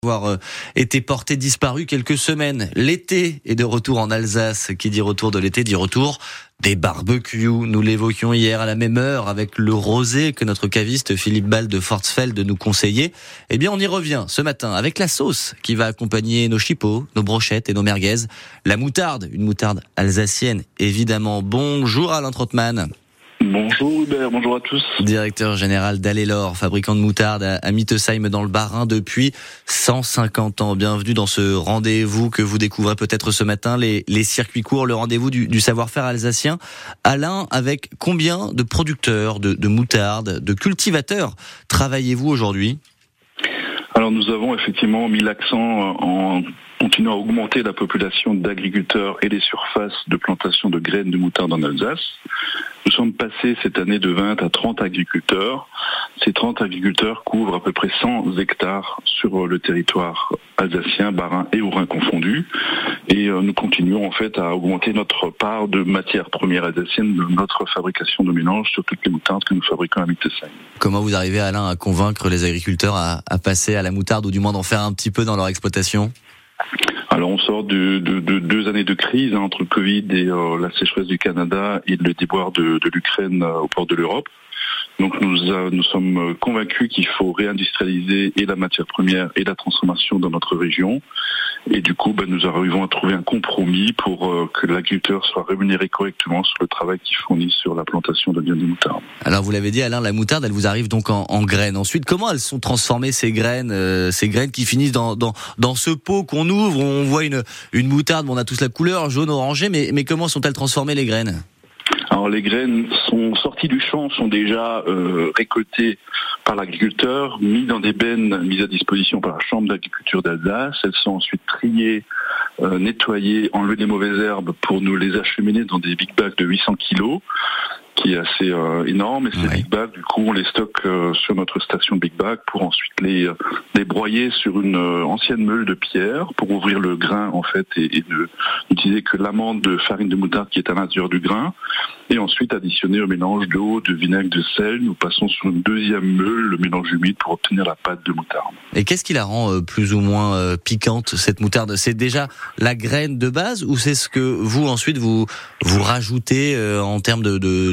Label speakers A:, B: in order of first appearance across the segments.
A: Avoir été porté disparu quelques semaines. L'été est de retour en Alsace. Qui dit retour de l'été dit retour des barbecues. Nous l'évoquions hier à la même heure avec le rosé que notre caviste Philippe Ball de Fortsfeld nous conseillait. Eh bien, on y revient ce matin avec la sauce qui va accompagner nos chipots, nos brochettes et nos merguez. La moutarde, une moutarde alsacienne évidemment. Bonjour Alain Trottmann.
B: Bonjour Hubert, bonjour à tous.
A: Directeur général d'Allelor, fabricant de moutarde à Mittesheim dans le Bas-Rhin depuis 150 ans. Bienvenue dans ce rendez-vous que vous découvrez peut-être ce matin, les circuits courts, le rendez-vous du savoir-faire alsacien. Alain, avec combien de producteurs de moutarde, de cultivateurs travaillez-vous aujourd'hui ?
B: Alors nous avons effectivement mis l'accent en continuant à augmenter la population d'agriculteurs et les surfaces de plantation de graines de moutarde en Alsace. Nous sommes passés cette année de 20 à 30 agriculteurs. Ces 30 agriculteurs couvrent à peu près 100 hectares sur le territoire alsacien, Bas-Rhin et Haut-Rhin confondus. Et nous continuons en fait à augmenter notre part de matières premières alsaciennes de notre fabrication de mélange sur toutes les moutardes que nous fabriquons à Mittesheim.
A: Comment vous arrivez, Alain, à convaincre les agriculteurs à passer à la moutarde ou du moins d'en faire un petit peu dans leur exploitation ?
B: Alors on sort de 2 années de crise entre le Covid et la sécheresse du Canada et le déboire de l'Ukraine au port de l'Europe. Donc nous sommes convaincus qu'il faut réindustrialiser et la matière première et la transformation dans notre région. Et du coup, nous arrivons à trouver un compromis pour que l'agriculteur soit rémunéré correctement sur le travail qu'il fournit sur la plantation de graines de moutarde.
A: Alors vous l'avez dit Alain, la moutarde, elle vous arrive donc en graines. Ensuite, comment elles sont transformées ces graines qui finissent dans ce pot qu'on ouvre, où on voit une moutarde, on a tous la couleur jaune orangé, mais comment sont-elles transformées les graines ?
B: Alors les graines sont sorties du champ, sont déjà récoltées par l'agriculteur, mises dans des bennes mises à disposition par la Chambre d'agriculture d'Alsace. Elles sont ensuite triées, nettoyées, enlevées les mauvaises herbes pour nous les acheminer dans des big bags de 800 kilos, qui est assez énorme. Et ces big bags, du coup, on les stocke sur notre station big bag pour ensuite les broyer sur une ancienne meule de pierre pour ouvrir le grain en fait et n'utiliser que l'amande de farine de moutarde qui est à l'intérieur du grain. Et ensuite additionner au mélange d'eau, de vinaigre, de sel. Nous passons sur une deuxième meule, le mélange humide, pour obtenir la pâte de moutarde.
A: Et qu'est-ce qui la rend plus ou moins piquante, cette moutarde ? C'est déjà la graine de base ou c'est ce que vous ensuite vous rajoutez en termes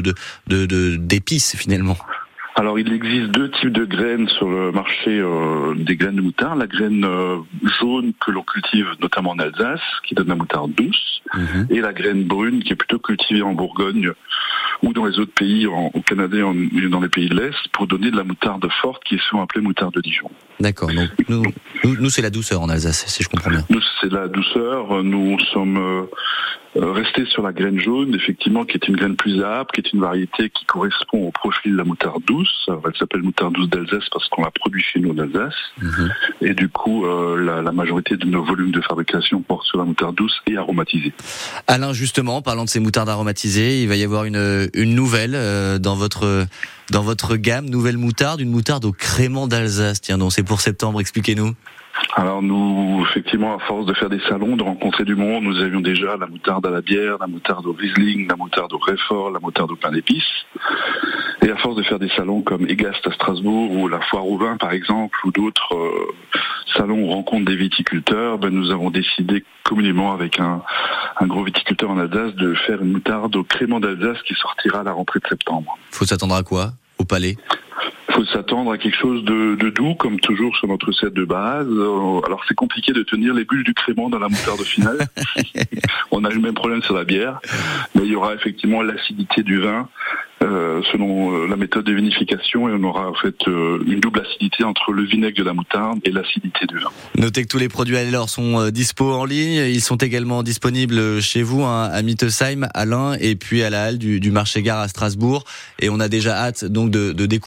A: d'épices finalement ?
B: Alors il existe 2 types de graines sur le marché des graines de moutarde. La graine jaune que l'on cultive notamment en Alsace, qui donne la moutarde douce, et la graine brune qui est plutôt cultivée en Bourgogne ou dans les autres pays, au Canada et dans les pays de l'Est, pour donner de la moutarde forte qui est souvent appelée moutarde de Dijon.
A: D'accord, donc nous c'est la douceur en Alsace, si je comprends bien.
B: Nous c'est la douceur, nous sommes restés sur la graine jaune, effectivement, qui est une graine plus âpre, qui est une variété qui correspond au profil de la moutarde douce. Elle s'appelle moutarde douce d'Alsace parce qu'on la produit chez nous en Alsace. Et du coup, la majorité de nos volumes de fabrication portent sur la moutarde douce et aromatisée.
A: Alain, justement, parlant de ces moutardes aromatisées, il va y avoir une nouvelle dans votre gamme, nouvelle moutarde, une moutarde au crément d'Alsace. Tiens donc, c'est pour septembre, expliquez-nous.
B: Alors nous, effectivement, à force de faire des salons, de rencontrer du monde, nous avions déjà la moutarde à la bière, la moutarde au Riesling, la moutarde au Réfort, la moutarde au pain d'épices. Et à force de faire des salons comme Egast à Strasbourg ou la Foire au Vin par exemple, ou d'autres salons où on rencontre des viticulteurs, nous avons décidé communément avec un gros viticulteur en Alsace de faire une moutarde au crément d'Alsace qui sortira à la rentrée de septembre.
A: Faut s'attendre à quoi ? Au palais ?
B: Il faut s'attendre à quelque chose de doux, comme toujours sur notre recette de base. Alors c'est compliqué de tenir les bulles du crément dans la moutarde finale. On a eu le même problème sur la bière, mais il y aura effectivement l'acidité du vin selon la méthode de vinification, et on aura en fait une double acidité entre le vinaigre de la moutarde et l'acidité du vin.
A: Notez que tous les produits Allelor sont dispo en ligne. Ils sont également disponibles chez vous à Mittesheim, Alain, et puis à la halle du marché gare à Strasbourg. Et on a déjà hâte donc de découvrir